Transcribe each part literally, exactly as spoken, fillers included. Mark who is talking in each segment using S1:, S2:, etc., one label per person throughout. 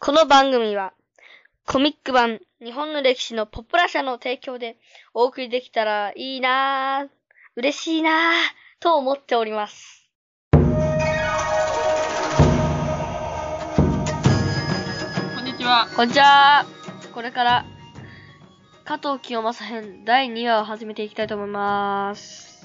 S1: この番組はコミック版日本の歴史のポプラ社の提供でお送りできたらいいなぁ、嬉しいなぁと思っております。
S2: こんにちは。
S1: こんにちは。これから加藤清正編だいにわを始めていきたいと思います。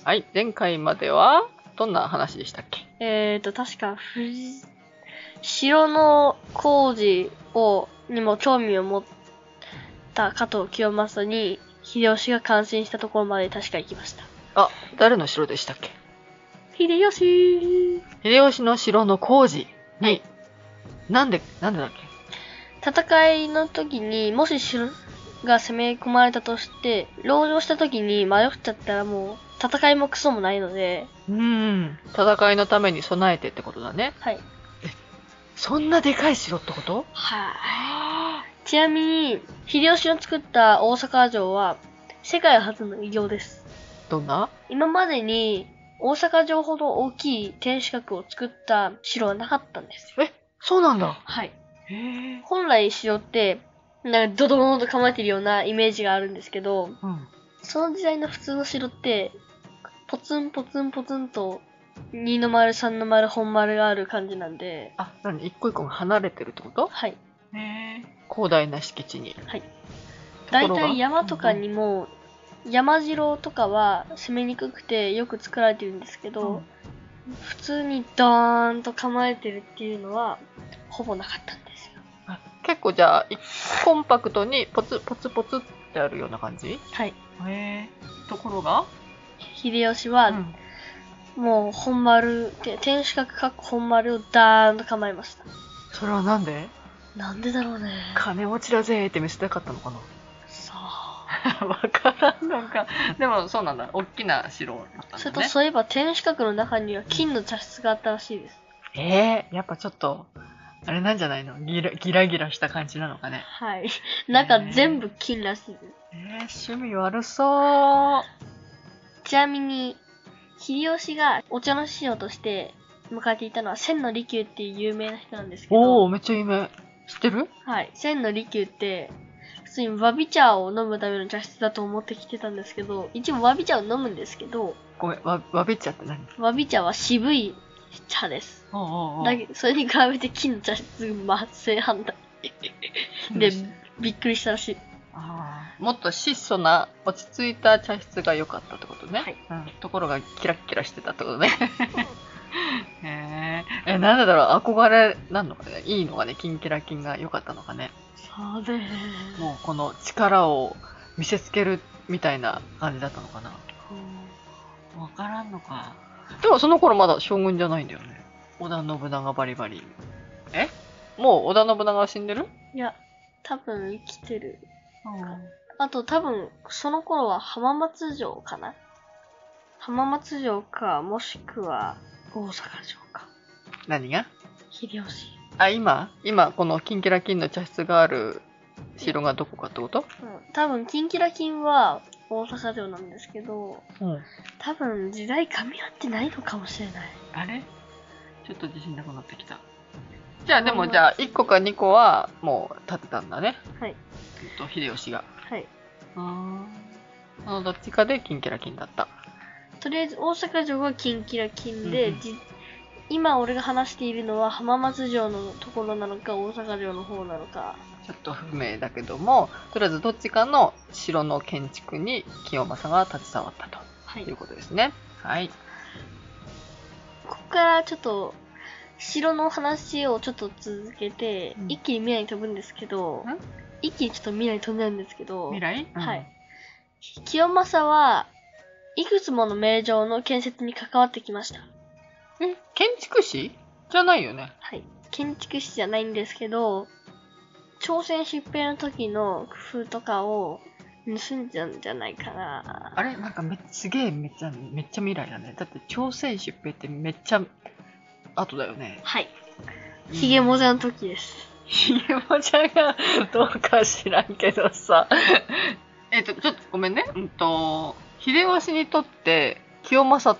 S2: はい、前回まではどんな話でしたっけ？
S1: えーと確か藤城の工事をにも興味を持った加藤清正に秀吉が感心したところまで確か行きました。
S2: あ、誰の城でしたっけ？
S1: 秀吉。
S2: 秀吉の城の工事に、
S1: はい、
S2: なんでなんでだっ
S1: け？戦いの時にもし城が攻め込まれたとして籠城した時に迷っちゃったらもう戦いもクソもないので、
S2: うーん、戦いのために備えてってことだね。
S1: はい。え、
S2: そんなでかい城ってこと？
S1: はい。ちなみに秀吉の作った大阪城は世界初の偉業です。
S2: どんな？
S1: 今までに大阪城ほど大きい天守閣を作った城はなかったんですよ。
S2: え、そうなんだ。
S1: はい。
S2: へー。
S1: 本来城ってなんかドドーンと構えてるようなイメージがあるんですけど、
S2: うん、
S1: その時代の普通の城ってポツンポツンポツンとにの丸さんの丸本丸がある感じなんで。
S2: あ、なに一個一個が離れてるってこと？
S1: はい。
S2: へー。広大な敷地に。
S1: はい。だいたい山とかにも、うん、山城とかは攻めにくくてよく作られてるんですけど、うん、普通にドーンと構えてるっていうのはほぼなかったんですよ。
S2: あ、結構じゃあコンパクトにポツポツポツってあるような感じ？
S1: はい。
S2: へー。ところが
S1: 秀吉は、うん、もう本丸天守閣各本丸をダーンと構えました。
S2: それはなんで？
S1: なんでだろうね。
S2: 金持ちだぜーって見せたかったのかな？
S1: さ
S2: あわからんのか。でもそうなんだ、大きな城だったんだね。
S1: それとそういえば天守閣の中には金の茶室があったらしいです。
S2: えー、やっぱちょっとあれなんじゃないの？ギラギラギラした感じなのかね。
S1: はい。中全部金らしいです。
S2: えー、趣味悪そう。
S1: ちなみに秀吉がお茶の師匠として迎えていたのは千利休っていう有名な人なんですけど。
S2: おお、めっちゃ有名。知ってる？
S1: はい。千利休って普通にわび茶を飲むための茶室だと思ってきてたんですけど、一応わび茶を飲むんですけど。
S2: ごめん、わ、わび茶って何？
S1: わび茶は渋い茶です。
S2: おうおうおう。
S1: だけどそれに比べて金の茶室が正反対でびっくりしたらしい。
S2: ああ、もっと質素な落ち着いた茶室が良かったってことね。
S1: はい。
S2: うん、ところがキラッキラしてたってことね。へえ、え、なんだろう、憧れなんのかね、いいのかね、キンキラキンが良かったのかね。
S1: そうでーす。
S2: もうこの力を見せつけるみたいな感じだったのかな。うん、わからんのか。でもその頃まだ将軍じゃないんだよね。織田信長バリバリ。え？もう織田信長は死んでる？
S1: いや、多分生きてる。
S2: うん、
S1: あと多分その頃は浜松城かな。浜松城か、もしくは大阪城か。
S2: 何が？
S1: 秀吉。
S2: あ、今今このキンキラキンの茶室がある城がどこかってこと？
S1: うん、多分キンキラキンは大阪城なんですけど、うん、多分時代噛み合ってないのかもしれない。あ
S2: れ？ちょっと自信なくなってきた。じゃあでもじゃあいっこかにこはもう建てたんだね。
S1: はい。
S2: と秀吉が。
S1: はい。
S2: あー、そのどっちかでキンキラキンだった。
S1: とりあえず大阪城はキンキラキンで、うんうん、今俺が話しているのは浜松城のところなのか大阪城の方なのか
S2: ちょっと不明だけども、とりあえずどっちかの城の建築に清正が携わったと、はい、いうことですね。はい。
S1: ここからちょっと城の話をちょっと続けて、うん、一気に未来に飛ぶんですけど、ん一気にちょっと未来に飛んでるんですけど、
S2: 未来？うん、
S1: はい。清正はいくつもの名城の建設に関わってきました。
S2: え、建築士じゃないよね。
S1: はい。建築士じゃないんですけど、朝鮮出兵の時の工夫とかを盗んじゃうんじゃないかな。
S2: あれなんかめっすげえめっちゃめっちゃ未来だね。だって朝鮮出兵ってめっちゃ後だよね。
S1: はい。ひげもじゃの時です。
S2: ひげもじゃがどうか知らんけどさ。えっとちょっとごめんね。うんと秀吉にとって清正って、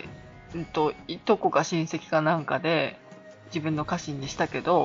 S2: うんといとこか親戚かなんかで自分の家臣にしたけど、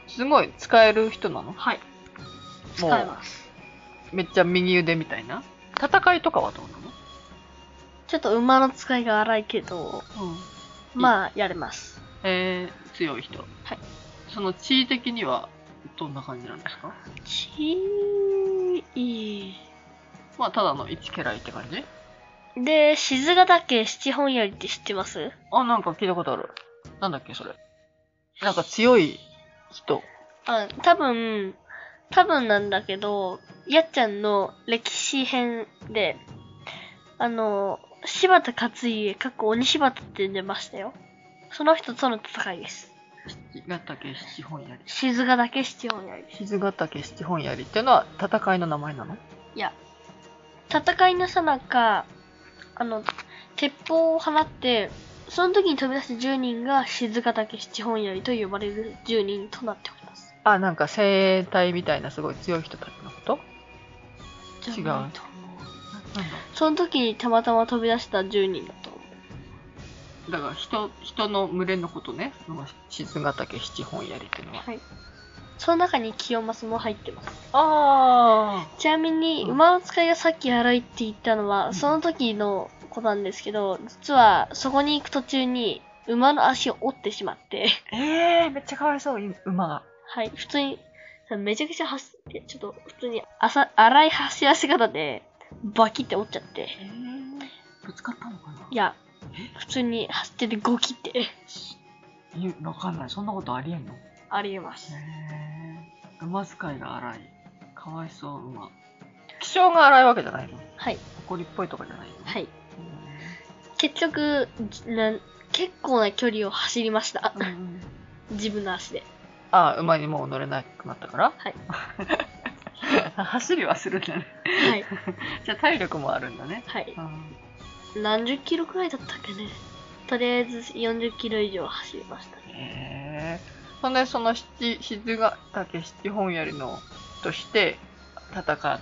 S2: すごい使える人なの？
S1: はい。使えます。
S2: めっちゃ右腕みたいな？戦いとかはどうなの？
S1: ちょっと馬の使いが荒いけど、うん、まあ、やれます。
S2: えー、強い人。はい。その地位的にはどんな感じなんですか？
S1: 地位。
S2: まあ、ただの一家来って感じ？
S1: で、静ヶ岳七本槍って知ってます？
S2: あ、なんか聞いたことある。なんだっけ、それ。なんか強い人。
S1: あ、多分、多分なんだけど、やっちゃんの歴史編で、あの、柴田勝家、かっこ鬼柴田って出ましたよ。その人との戦いです。
S2: 静ヶ岳七本槍。
S1: 静ヶ岳七本槍。
S2: 静ヶ岳七本槍っていうのは戦いの名前なの？
S1: いや、戦いのさなか、あの、鉄砲を放って、その時に飛び出したじゅうにんが静ヶ岳七本槍と呼ばれるじゅうにんとなっております。
S2: あ、なんか精鋭隊みたいなすごい強い人たちのこと？違う。なんだ。
S1: その時にたまたま飛び出したじゅうにんだと思
S2: う。だから人、人の群れのことね。静ヶ岳七本槍っていうのは。はい。
S1: その中に清正も入ってます。
S2: ああ。
S1: ちなみに、馬の使いがさっき荒いって言ったのは、うん、その時の子なんですけど、実はそこに行く途中に馬の足を折ってしまって。
S2: ええー、めっちゃかわいそう、馬が。
S1: はい、普通に、めちゃくちゃ走って、ちょっと普通に朝荒い走らせ方で、バキって折っちゃって。
S2: えー、ぶつかったのかな？
S1: いや、普通に走っててゴキって。
S2: わかんない。そんなことありえんの？
S1: ありえます。
S2: へー、馬使いが荒い。かわいそう、馬。気性が荒いわけじゃないの？
S1: はい。
S2: 怒りっぽいとかじゃないの？
S1: はい。結局な、結構な距離を走りました。うん、自分の足で。
S2: ああ、馬にもう乗れなくなったから？
S1: はい。
S2: 走りはするんだね。
S1: はい。
S2: じゃあ体力もあるんだね。
S1: はい。うん、何十キロくらいだったっけね。とりあえずよんじゅっキロ以上走りましたね。
S2: へー。そんでその七、静ヶ岳七本槍のとして戦って、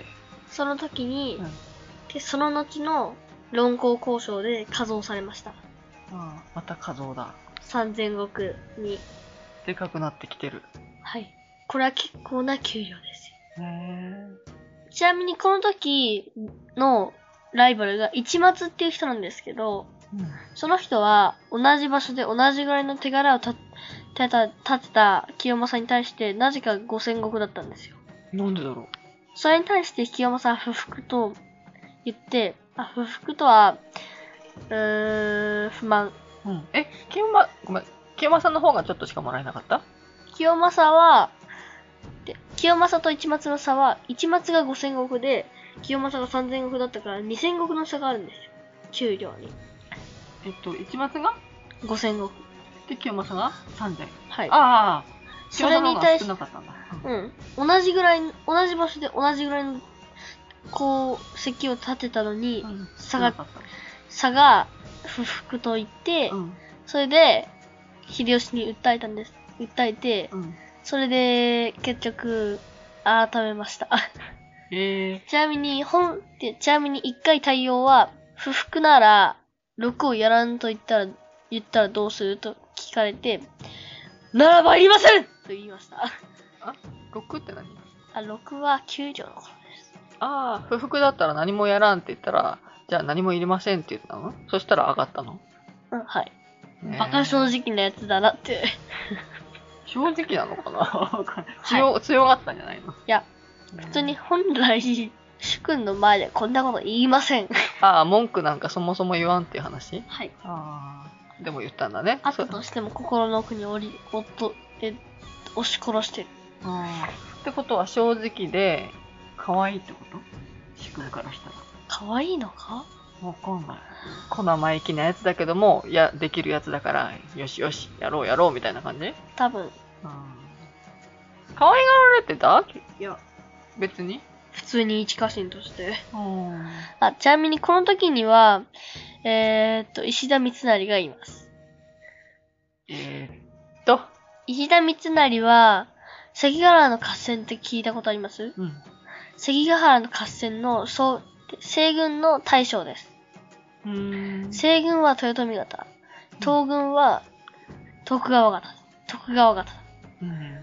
S1: その時に、うん、でその後の論功交渉で加増されました。あ
S2: あ、また加増だ。
S1: 三千石に。
S2: でかくなってきてる。
S1: はい。これは結構な給料ですよ。
S2: へ
S1: ー。ちなみにこの時のライバルが市松っていう人なんですけど、うん、その人は同じ場所で同じぐらいの手柄を立てた、立てた清正に対してなぜか五千石だったんですよ。
S2: なんでだろう。
S1: それに対して清正は不服と言って、あ、不服とは、うーん、不満。
S2: うん。え、清正、ごめん。清正の方がちょっとしかもらえなかった？
S1: 清正は、で清正と市松の差は、市松が五千石で、清正が三千石だったから二千石の差があるんですよ。給料に。えっと、市松が五千石。で、清正が三千。はい。ああ。それに対して、うん。同じぐらい、同じ場所で同じぐらいの、こう、席を立てたのに、うん、差が、差が不服と言って、うん、それで、秀吉に訴えたんです。訴えて、うん、それで、結局、改めました。へー。ちなみに、本、ちなみに一回対応は、不服なら、ろくをやらんと言ったら、言ったらどうすると聞かれて、ならばいりませんと言いました。あ ?ろく って何？あ、ろくは給料のことです。ああ、不服だったら何もやらんって言ったら、じゃあ何もいりませんって言ったの？そしたら上がったの？うん、はい。バカ正直なやつだなって。正直なのかな強、はい、強がったんじゃないの？いや、普通に本来、主君の前でこんなこと言いません。ああ、文句なんかそもそも言わんっていう話？はい。ああ、でも言ったんだね。あったとしても心の奥におり、おっと、え、押し殺してる。ああ。ってことは正直で、可愛いってこと？主君からしたら。可愛いのか？わかんない。小生意気なやつだけども、いや、できるやつだから、よしよし、やろうやろうみたいな感じ？多分。可愛がられてた？いや、別に普通に一家臣として。あ、ちなみにこの時には、えー、っと、石田三成がいます。えー、っと。石田三成は、関ヶ原の合戦って聞いたことあります？うん。関ヶ原の合戦の、そう、西軍の大将です。うーん。西軍は豊臣方。東軍は徳川方。徳川方。うん。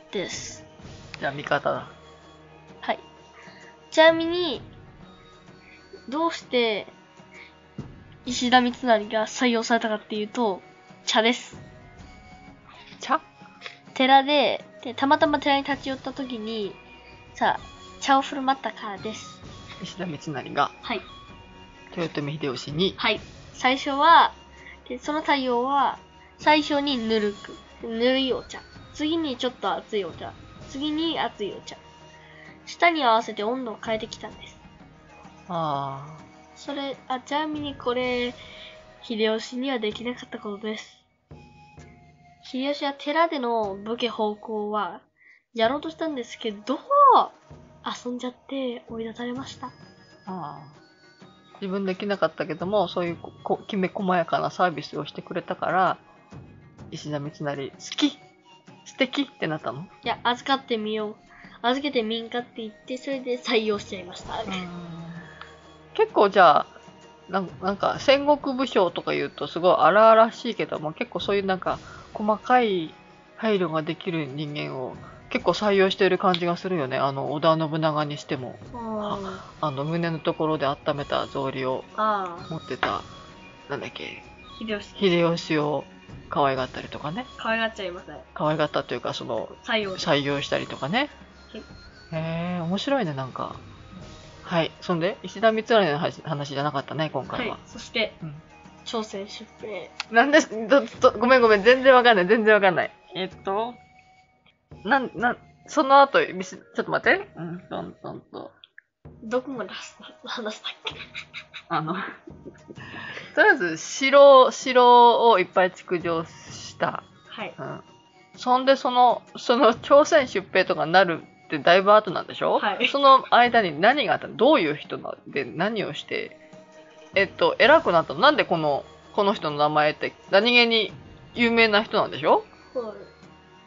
S1: です。
S2: じゃあ味方だ。
S1: はい。ちなみに、どうして石田三成が採用されたかっていうと、茶です。
S2: 茶？
S1: 寺で、で、たまたま寺に立ち寄った時に、さあ、茶を振る舞ったからです。
S2: 石田三成が、
S1: はい。
S2: 豊臣秀吉に、
S1: はい。最初は、でその対応は、最初にぬるく、ぬるいお茶。次にちょっと熱いお茶。次に熱いお茶。舌に合わせて温度を変えてきたんです。
S2: ああ。
S1: それ、あ、ちなみにこれ、秀吉にはできなかったことです。秀吉は寺での武家奉公は、やろうとしたんですけど、遊んじゃって追い出されました。あ
S2: あ。自分できなかったけども、そういうこきめ細やかなサービスをしてくれたから、石田三成、好き素敵ってなったの？
S1: いや、預かってみよう。預けてみんかって言って、それで採用しちゃいました。
S2: 結構じゃあな、なんか戦国武将とか言うとすごい荒々しいけども、結構そういうなんか細かい配慮ができる人間を結構採用している感じがするよね。あの織田信長にしても、ああの胸のところで温めた草履を持ってた、なんだっけ、
S1: 秀吉。
S2: 秀吉を可愛がったりとかね。
S1: 可愛がっちゃいますね。
S2: 可愛がったというか、その
S1: 採用
S2: 採用したりとかね。
S1: はい、
S2: へえ、面白いね、なんか。はい。そんで、石田三成の話じゃなかったね、今回は。はい、
S1: そして、うん、朝鮮出兵。
S2: なんで、ど、ど、ごめんごめん、全然わかんない、全然わかんない。えっと、なん、なん、その後、ちょっと待って。うん、トントンと。
S1: どこまで話したっけ
S2: あの、とりあえず、城、城をいっぱい築城した。
S1: はい。
S2: うん。そんで、その、その、朝鮮出兵とかになるってだいぶ後なんでしょ？はい。その間に何があったの？どういう人で何をして、えっと、偉くなったの？なんでこの、この人の名前って、何気に有名な人なんでしょ？はい。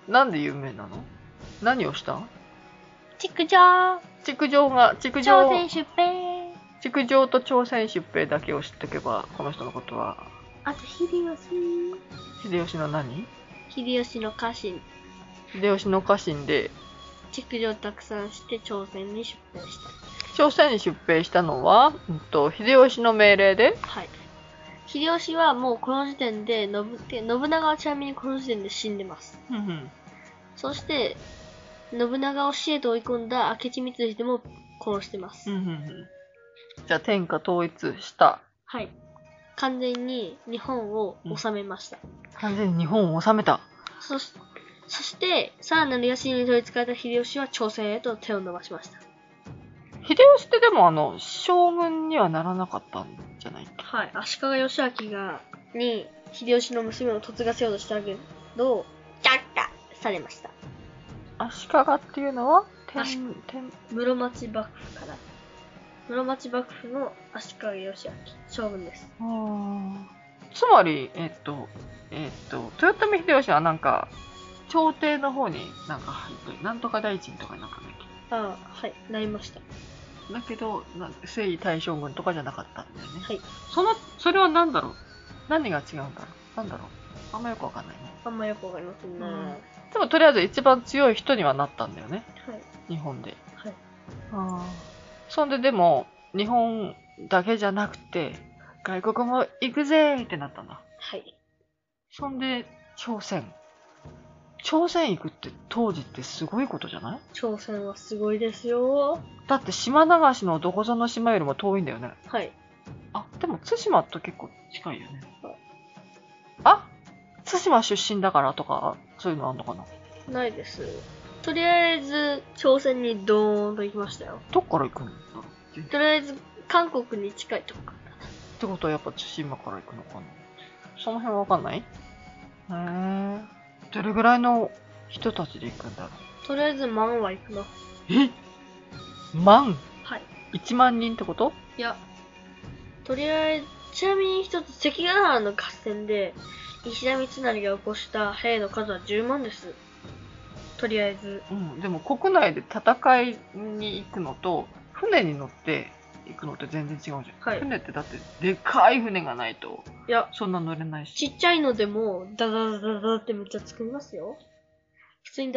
S2: なんで有名なの？何をしたん？
S1: 築城。
S2: 築城が、築城。
S1: 朝鮮出兵。
S2: 築城と朝鮮出兵だけを知っておけば、この人のことは。
S1: あと、秀吉。
S2: 秀吉の何？
S1: 秀吉の家臣。
S2: 秀吉の家臣で、
S1: 築城たくさんして朝鮮に出兵した。
S2: 朝鮮に出兵したのは、うんと、秀吉の命令で？
S1: はい。秀吉はもうこの時点で、信信長はちなみにこの時点で死んでます。うんうん、そして、信長を死へと追い込んだ明智光秀も殺してます。うんうんうん、
S2: じゃあ天下統一した。
S1: はい。完全に日本を治めました。うん、
S2: 完全に日本を治めた。
S1: そし、そして、さらなる野心に取り憑かれた秀吉は朝鮮へと手を伸ばしました。
S2: 秀吉ってでもあの、将軍にはならなかったんじゃないっけ？
S1: はい。足利義昭が、に、秀吉の娘を嫁がせようとしたけど、却下されました。
S2: 足利っていうのは天、
S1: 天、室町幕府から。室町幕府の足利義昭、将軍です。
S2: つまり、えっと、えっと、豊臣秀吉はなんか、朝廷の方になんか入って、なんとか大臣とかなんかね。
S1: ああ、はい、なりました。
S2: だけど、征夷大将軍とかじゃなかったんだよね。
S1: はい。
S2: その、それは何だろう？何が違うんだろう？なんだろう？あんまよくわかんないね。
S1: あんまよくわかりませんね、うん。
S2: でもとりあえず一番強い人にはなったんだよね。
S1: はい。
S2: 日本で。
S1: はい。
S2: ああ。そんででも、日本だけじゃなくて、外国も行くぜーってなったんだ。
S1: はい。
S2: そんで、朝鮮。朝鮮行くって当時ってすごいことじゃない？
S1: 朝鮮はすごいですよ。
S2: だって島流しのどこぞの島よりも遠いんだよね。
S1: はい。
S2: あ、でも対馬と結構近いよね。はい、あ、対馬出身だからとか、そういうのあんのかな？
S1: ないです。とりあえず、朝鮮にドーンと行きましたよ。
S2: どっから行くんだろう？
S1: とりあえず、韓国に近いとこから。
S2: ってことはやっぱ対馬から行くのかな？その辺わかんない？へー。どれぐらいの人たちで行くんだろ
S1: う？とりあえず万は行くな。
S2: え？万？
S1: はい。
S2: いちまん人ってこと？
S1: いや、とりあえず、ちなみに一つ関ヶ原の合戦で、石田三成が起こした兵の数はじゅうまんです。とりあえず。
S2: うん、でも国内で戦いに行くのと、船に乗って行くのって全然違うじゃん。はい、船ってだってでかい船がないと、いや、そんな乗れないし。
S1: ちっちゃいのでも、ダダダダダってめっちゃ作りますよ。普通にだ、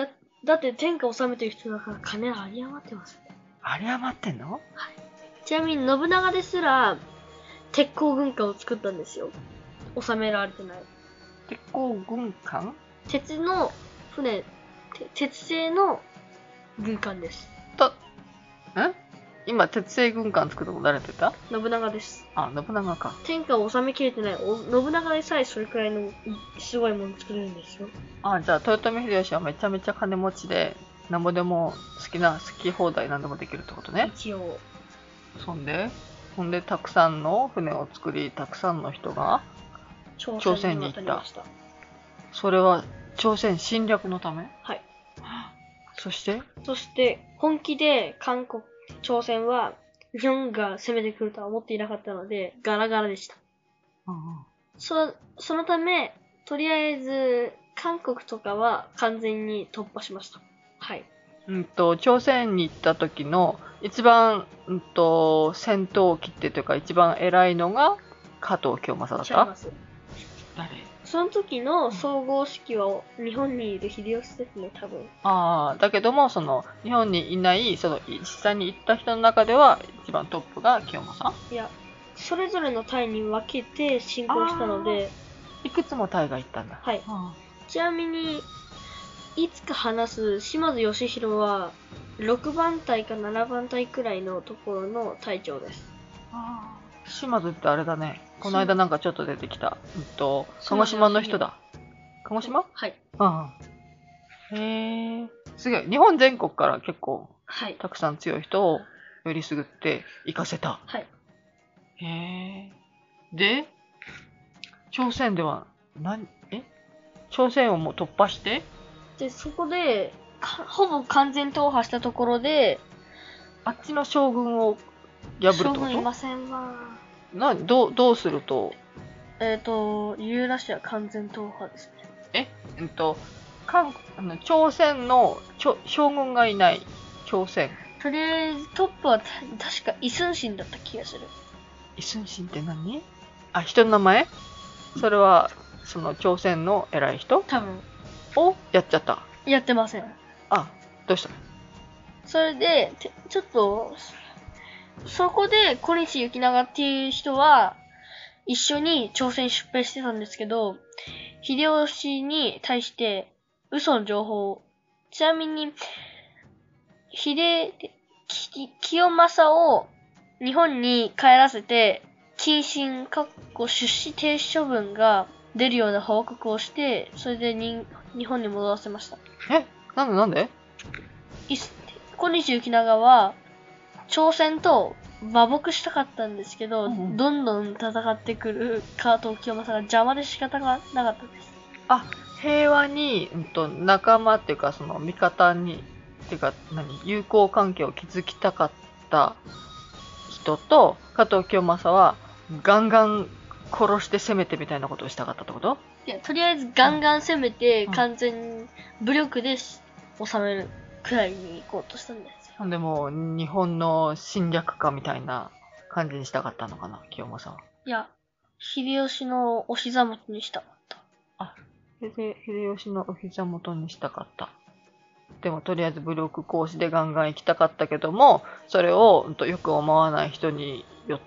S1: だって天下を治めてる人だから金は有り余ってます。
S2: 有り余ってんの？
S1: はい。ちなみに信長ですら、鉄鋼軍艦を作ったんですよ。収められてない。
S2: 鉄鋼軍艦？
S1: 鉄の船、鉄製の軍艦です。
S2: と、ん？今、鉄製軍艦作ったの誰って言った？
S1: 信長です。
S2: あ、信長か。
S1: 天下を治めきれてない信長でさえそれくらいのすごいもの作れるんですよ。
S2: あ、じゃあ豊臣秀吉はめちゃめちゃ金持ちで、なんぼでも好きな、好き放題なんでもできるってことね。
S1: 一応。
S2: そんで、ほんでたくさんの船を作り、たくさんの人が朝鮮に行った。それは朝鮮侵略のため？
S1: はい。
S2: そして
S1: そして本気で韓国、朝鮮は日本が攻めてくるとは思っていなかったのでガラガラでした。
S2: うんうん、
S1: そ, そのため、とりあえず韓国とかは完全に突破しました。はい。
S2: うんと朝鮮に行った時の一番、うんと戦闘機ってというか一番偉いのが加藤清正だった？違います。誰？
S1: その時の総合指揮は日本にいる秀吉ですね、多分。
S2: ああ、だけども、その、日本にいない、その、実際に行った人の中では、一番トップが清正？
S1: いや、それぞれの隊に分けて進行したので、
S2: いくつも隊が行ったんだ。
S1: はい。ちなみに、いつか話す島津義弘は、ろくばん隊かななばん隊くらいのところの隊長です。
S2: ああ。島津ってあれだね。この間なんかちょっと出てきた。うんと、鹿児島の人だ。鹿児島？
S1: はい。
S2: ああ。へえ。すげえ。日本全国から結構、
S1: はい。
S2: たくさん強い人をよりすぐって行かせた。
S1: はい。
S2: へえ。で、朝鮮では、何、え朝鮮をもう突破して？
S1: で、そこで、ほぼ完全踏破したところで、
S2: あっちの将軍を破るってこと？
S1: 将軍いませんわ。
S2: な、どう、どうすると？
S1: えっ、ー、と、ユーラシア完全踏破ですね。
S2: えうんと、韓あの朝鮮のちょ将軍がいない朝鮮。
S1: とりあえずトップは確かイスンシンだった気がする。
S2: イスンシンって何？あ、人の名前？それは、その朝鮮の偉い人？
S1: 多分。
S2: をやっちゃった。
S1: やってません。
S2: あ、どうしたの？
S1: それで、ちょっと、そこで小西行長っていう人は、一緒に朝鮮出兵してたんですけど、秀吉に対して嘘の情報を、ちなみに、秀、清正を日本に帰らせて、謹慎、かっこ出資停止処分が出るような報告をして、それでに日本に戻らせました。
S2: え？なんでなんで？
S1: 小西行長は、朝鮮と和睦したかったんですけど、うんうん、どんどん戦ってくる加藤清正が邪魔で仕方がなかったです。
S2: あ、平和に、うんと、仲間っていうか、その味方に、っていうか、何、友好関係を築きたかった人と、加藤清正は、ガンガン殺して攻めてみたいなことをしたかったってこと？
S1: いや、とりあえずガンガン攻めて、うん、完全に武力で収めるくらいに行こうとしたんですよ。
S2: でも、日本の侵略家みたいな感じにしたかったのかな、清正は。
S1: いや、秀吉のお膝元にしたかった。
S2: あ、秀吉のお膝元にしたかった。でも、とりあえず武力行使でガンガン行きたかったけども、それをよく思わない人によって、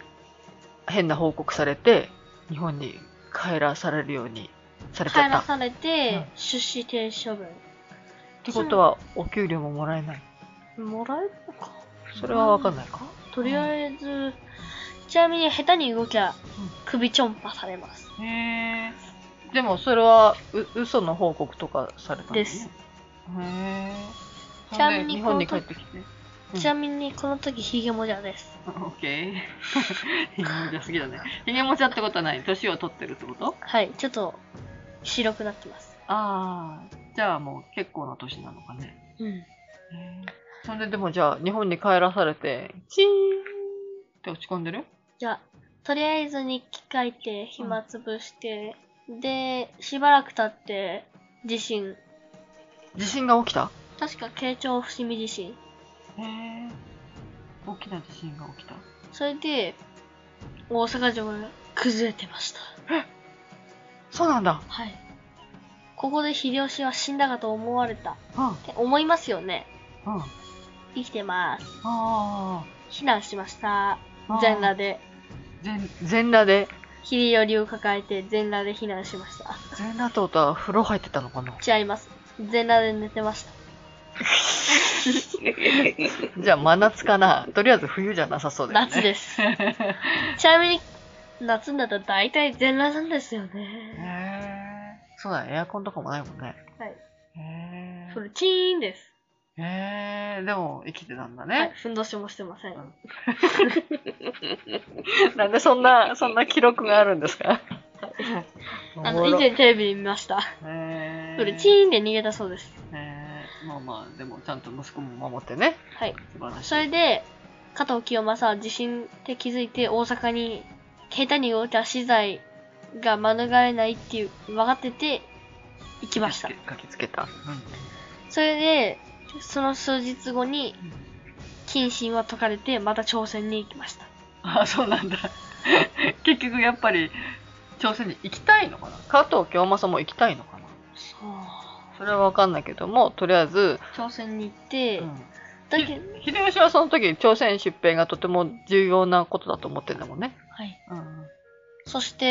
S2: 変な報告されて、日本に帰らされるようにされちゃった。
S1: 帰らされて、うん、出資停止処分。
S2: ってことは、お給料ももらえない？
S1: もらえるのか？
S2: それはわかんないか？
S1: とりあえず、うん、ちなみに下手に動きゃ、首ちょんぱされます。
S2: へえ。でもそれは、う、嘘の報告とかされたんですね。へえ。ちなみに日本に帰ってきて。
S1: うん、ちなみにこの時ヒゲもじゃです。
S2: オッケー。ヒゲもじゃ好きだね。ヒゲもじゃってことは何？年を取ってるってこと？
S1: はい、ちょっと白くなってます。
S2: ああ、じゃあもう結構な年なのかね。
S1: うん。
S2: それででもじゃあ日本に帰らされて、チーンって落ち込んでる？
S1: じゃあ、とりあえず日記書いて暇つぶして、うん、で、しばらく経って地震。
S2: 地震が起きた？
S1: 確か慶長伏見地震。
S2: へえ。大きな地震が起きた。
S1: それで、大阪城が崩れてました。
S2: え？そうなんだ。
S1: はい。 ここで秀吉は死んだかと思われた。
S2: うん
S1: って思いますよね。
S2: うん。
S1: 生きてます。
S2: あ
S1: 避難しました。
S2: あ。
S1: 全裸で。
S2: 全全裸で。
S1: 秀頼を抱えて全裸で避難しました。
S2: 全裸ってことは風呂入ってたのかな。
S1: 違います。全裸で寝てました。
S2: じゃあ真夏かな。とりあえず冬じゃなさそうですね。
S1: 夏です。ちなみに夏になったら大体全裸なんですよね。
S2: へー。そうだね。エアコンとかもないもんね。
S1: はい。
S2: へー。
S1: それチーンです。
S2: へー。でも生きてたんだね。
S1: はい。ふんどしもしてません。
S2: なんでそんな、そんな記録があるんですか？
S1: あの、以前テレビで見ました。
S2: へー。
S1: それチーンで逃げたそうです。
S2: へー。まあまあ、でもちゃんと息子も守ってね。
S1: はい。
S2: 素晴らしい。
S1: それで、加藤清正は地震で気づいて大阪に下手に動いた資材が免れないっていう分かってて行きました。
S2: 駆けつけた。うん、
S1: それでその数日後に謹慎は解かれてまた朝鮮に行きました。
S2: ああ、そうなんだ。結局やっぱり朝鮮に行きたいのかな。加藤清正も行きたいのかな。
S1: そう。
S2: それは分かんないけども、とりあえず
S1: 朝鮮に行って、うん、
S2: だけど秀吉はその時朝鮮出兵がとても重要なことだと思ってるんだもんね。
S1: はい。
S2: うん、
S1: そして、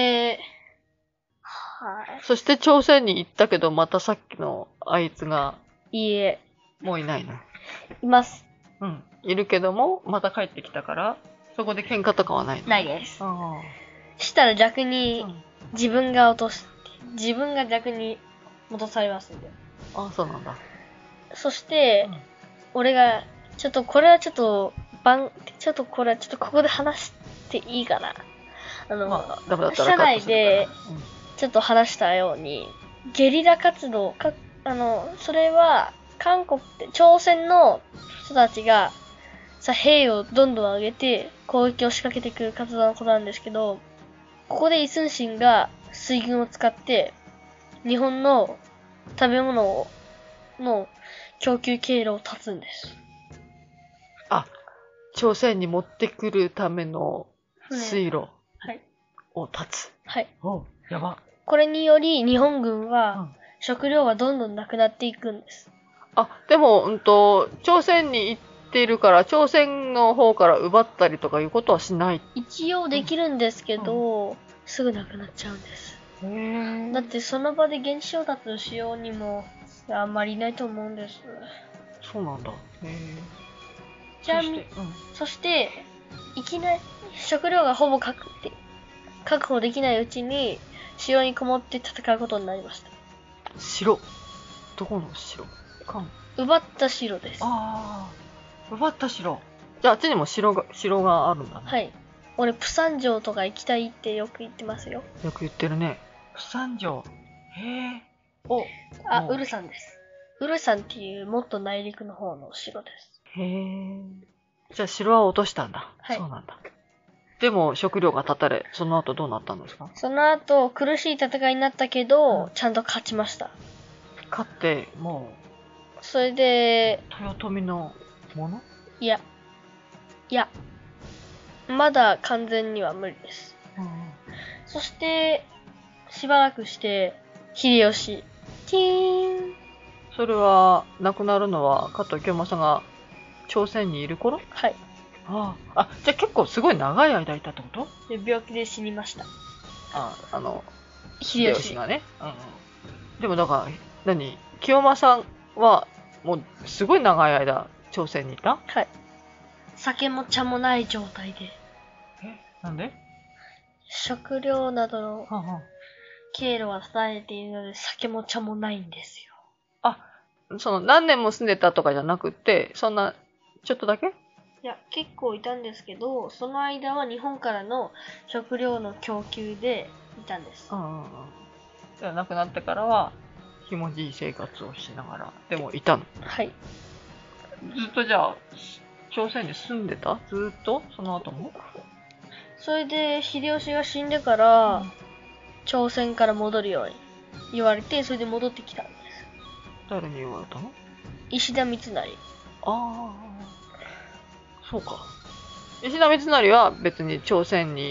S1: はい。
S2: そして朝鮮に行ったけど、またさっきのあいつが。
S1: いいえ。
S2: もういないの。
S1: います。
S2: うん。いるけども、また帰ってきたから、そこで喧嘩とかはないの？
S1: ないです。
S2: あ
S1: したら逆に、自分が落とす。自分が逆に戻されますんで。
S2: ああ、そうなんだ。
S1: そして、うん、俺が、ちょっとこれはちょっと、番、ちょっとこれはちょっとここで話していいかな。あの、まあ、ダメだったら社内で、ちょっと話したように、うん、ゲリラ活動、か、あの、それは、韓国って、朝鮮の人たちが、さ、兵をどんどん上げて、攻撃を仕掛けてくる活動のことなんですけど、ここでイスンシンが水軍を使って、日本の食べ物を、の供給経路を断つんです。
S2: あ、朝鮮に持ってくるための水路を断つ。
S1: はい。
S2: お、やば。
S1: これにより日本軍は食料がどんどんなくなっていくんです。
S2: うん、あ、でも、うんと、朝鮮に行っているから、朝鮮の方から奪ったりとかいうことはしない。
S1: 一応できるんですけど、うん、すぐなくなっちゃうんです。
S2: へー。
S1: だってその場で現地調達をしようにもあんまりいないと思うんです。
S2: そうなんだ。へー。
S1: ちなみに、うん、そして、いきなり食料がほぼ確確保できないうちに、城にこもって戦うことになりました。
S2: 城？どこの城？
S1: 奪った城です。
S2: ああ、奪った城。じゃあ、あっちにも城が、城があるんだね。
S1: はい。俺、プサン城とか行きたいってよく言ってますよ。
S2: よく言ってるね。プサン城。へえ。お。
S1: あ、ウルサンです。ウルサンっていうもっと内陸の方の城です。
S2: へえ。じゃあ城は落としたんだ。はい。そうなんだ。でも食料が断たれ、その後どうなったんですか？
S1: その後苦しい戦いになったけど、うん、ちゃんと勝ちました。
S2: 勝って、も
S1: う。それで。
S2: 豊臣のもの？
S1: いや。いや。まだ完全には無理です。うん、そして、しばらくして、秀吉。ティーン。
S2: それは、亡くなるのは、加藤清正が朝鮮にいる頃？
S1: はい。
S2: ああ、あ、じゃあ結構すごい長い間いたってこと？
S1: で病気で死にました。
S2: あ、あの、
S1: 秀吉
S2: がね。うんうん。でもだから、何？清正は、もう、すごい長い間、朝鮮にいた？
S1: はい。酒も茶もない状態で。
S2: え？なんで？
S1: 食料などの経路は伝えているので、酒も茶もないんですよ。
S2: あ、その、何年も住んでたとかじゃなくて、そんな、ちょっとだけ？
S1: いや、結構いたんですけど、その間は日本からの食料の供給でいたんです。
S2: うんうんうん。じゃあ亡くなってからは、ひもじい生活をしながら、でもいたの？
S1: はい。
S2: ずっとじゃあ、朝鮮に住んでた？ずっとその後も？
S1: それで、秀吉が死んでから、うん、朝鮮から戻るように言われて、それで戻ってきたんです。
S2: 誰に言われたの？
S1: 石田三成。あ
S2: あ。そうか。石田三成は別に朝鮮に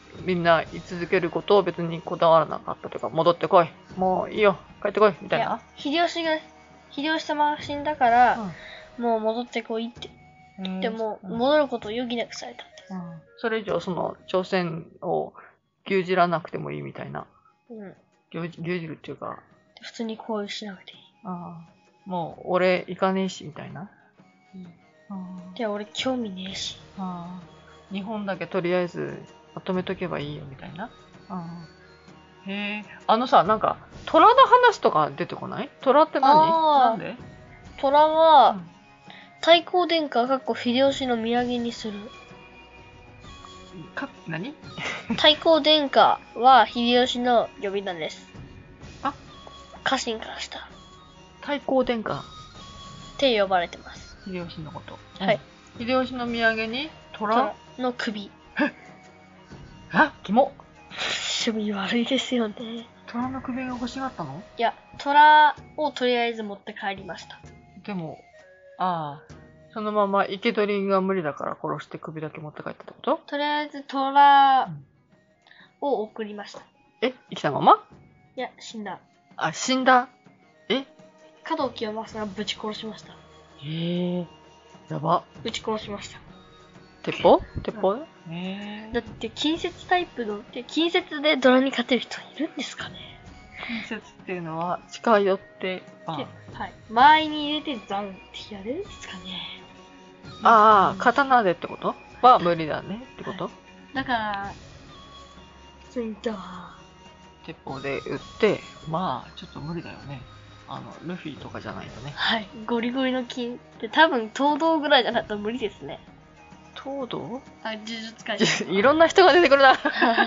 S2: みんな居続けることを別にこだわらなかったというか、戻ってこい。もういいよ。帰ってこい。みたいな。
S1: いや、秀吉が、秀吉様が死んだから、うん、もう戻ってこいって言っても、戻ることを余儀なくされたんです。うん、
S2: それ以上、その、朝鮮を牛耳らなくてもいいみたいな。うん。牛耳るっていうか。
S1: 普通に交流しなくていい。
S2: ああ。もう、俺行かねえし、みたいな。
S1: うん。で、俺興味ねえし。
S2: ああ。日本だけとりあえずまとめとけばいいよ、みたいな。ああ。へえ。あのさ、なんか、虎の話とか出てこない？虎って何？なんで？
S1: 虎は、うん、太閤殿下かっこ秀吉の土産にする。
S2: か、何？
S1: 太閤殿下は秀吉の呼び名です。あ？家臣からしたら。
S2: 太閤殿下
S1: って呼ばれてます。
S2: 秀吉のこと。
S1: はい。
S2: うん、秀吉の土産に虎
S1: の首。
S2: あ、キモ。
S1: 趣味悪いですよね。
S2: 虎の首が欲しがったの？
S1: いや、虎をとりあえず持って帰りました。
S2: でも、ああ、そのまま生け捕りが無理だから殺して首だけ持って帰ったってこと？
S1: とりあえず虎を送りました。
S2: うん、え、生きたまま？
S1: いや、死んだ。
S2: あ、死んだ？え？
S1: 加藤清正がぶち殺しました。
S2: へえ、やば。
S1: ぶち殺しました。
S2: 鉄砲？鉄砲？
S1: うん、へえ。だって近接タイプの、近接でドラに勝てる人いるんですかね？
S2: 近接っていうのは近寄って、
S1: はい。間合いに入れてザンってやるんですかね？
S2: ああ、刀でってことは無理だねってこと？はい、
S1: だから、普通にダーン。
S2: 鉄砲で撃って、まあ、ちょっと無理だよね。あの、ルフィとかじゃないとね。
S1: はい。ゴリゴリの金って多分東堂ぐらいじゃないと無理ですね。
S2: 東堂？
S1: あ、呪術界。
S2: いろんな人が出てくるな。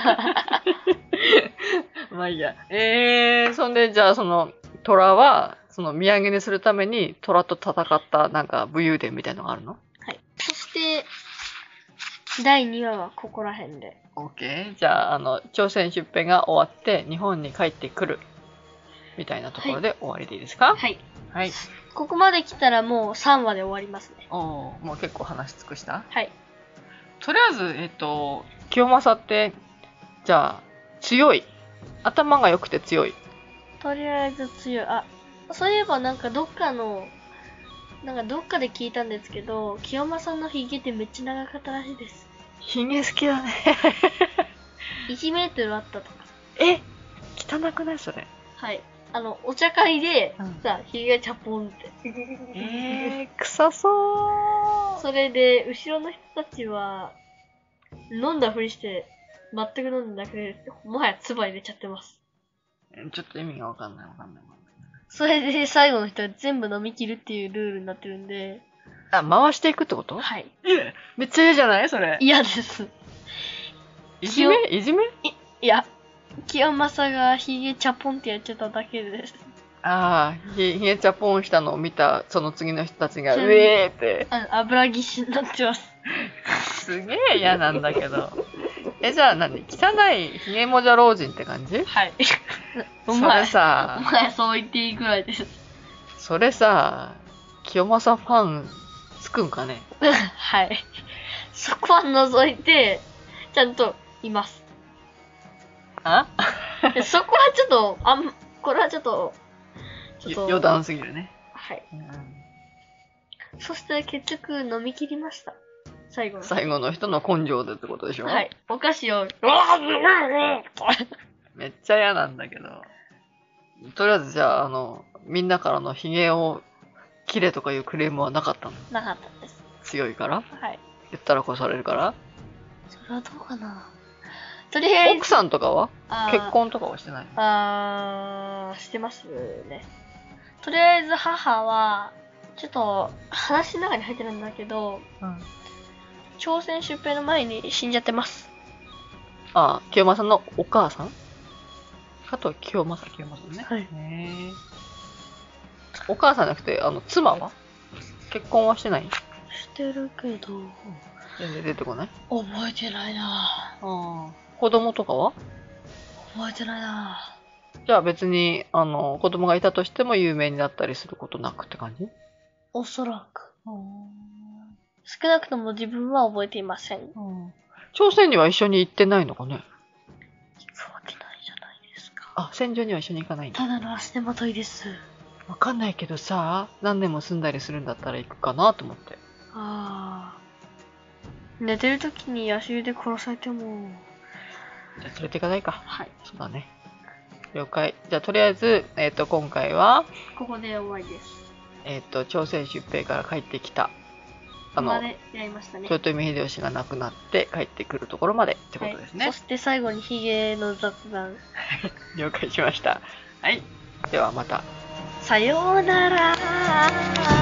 S2: まあいいや。えー、そんで、じゃあその、虎は、その土産にするために虎と戦ったなんか武勇伝みたいなのがあるの？
S1: はい。そして、だいにわはここら辺で。
S2: OK。じゃあ、あの、朝鮮出兵が終わって日本に帰ってくる。みたいなところで終わりでいいですか？
S1: はい。
S2: はい。
S1: ここまで来たらもうさんわで終わりますね。
S2: おー、もう結構話し尽くした？
S1: はい。
S2: とりあえず、えっと、清正って、じゃあ、強い。頭が良くて強い。
S1: とりあえず強い。あ、そういえばなんかどっかの、なんかどっかで聞いたんですけど、清正のヒゲってめっちゃ長かったらしいです。
S2: ヒゲ好きだね。
S1: いちメートルあったとか。
S2: え？汚くないそれ？
S1: はい。あの、お茶会で、うん、さ、ヒゲがチャポンって。
S2: えー、臭そう。
S1: それで、後ろの人たちは、飲んだふりして、全く飲んでなくて、もはや唾入れちゃってます。
S2: ちょっと意味がわかんないわかんない。
S1: それで最後の人は全部飲み切るっていうルールになってるんで。
S2: あ、回していくってこと？
S1: はい。
S2: え、めっちゃ嫌じゃないそれ。
S1: 嫌です。
S2: いじめ？いじめ？
S1: い、いや。清正がヒゲチャポンってやっちゃっただけです。
S2: ああ、ヒゲチャポンしたのを見たその次の人たちが、うえーって。
S1: あ油ぎっしになってます。
S2: すげえ嫌なんだけど。え、じゃあ何？汚いヒゲもじゃ老人って感じ？
S1: はい。
S2: それさ、
S1: お前そう言っていいぐらいです。
S2: それさ、清正ファンつくんかね？
S1: はい。そこは除いて、ちゃんといます。
S2: あ
S1: そこはちょっと、あん、これはちょっと、
S2: ちょっと余談すぎるね。
S1: はい。うん、そして結局飲み切りました。最後の。
S2: 最後の人の根性でってことでしょ？
S1: はい。お菓子を、
S2: めっちゃ嫌なんだけど。とりあえずじゃあ、あの、みんなからのヒゲを切れとかいうクレームはなかったの？
S1: なかったです。
S2: 強いから？
S1: はい。
S2: 言ったら殺されるから？
S1: それはどうかな。とりあえず
S2: 奥さんとかは結婚とかはしてないの？
S1: あー、してますね。とりあえず母は、ちょっと話の中に入ってるんだけど、うん、朝鮮出兵の前に死んじゃってます。
S2: ああ、清正のお母さん？加藤清正、清正ね。
S1: はい。
S2: へー。お母さんじゃなくて、あの、妻は結婚はしてない？
S1: してるけど、
S2: 全然出てこない？
S1: 覚えてないなぁ。
S2: ああ。子供とかは？
S1: 覚えてないな
S2: ぁ。じゃあ別に、あの、子供がいたとしても有名になったりすることなくって感じ？
S1: おそらく。少なくとも自分は覚えていません。うん、
S2: 朝鮮には一緒に行ってないのかね。
S1: 行くわけないじゃないですか。
S2: あ、戦場には一緒に行かないんだ。
S1: ただの足手まといです。
S2: わかんないけどさ、何年も住んだりするんだったら行くかなと思って。
S1: ああ。寝てる時に足湯で殺されても。
S2: じゃあ連れて行かないか。
S1: はい。
S2: そうだね。了解。じゃあとりあえず、えっ、と、今回は、
S1: ここで終わりです。
S2: えっ、と、朝鮮出兵から帰ってきた、あの、
S1: までやりましたね。
S2: 豊臣秀吉が亡くなって帰ってくるところまでってことですね。
S1: はい、そして最後にヒゲの雑談。
S2: 了解しました。はい。ではまた。
S1: さようなら。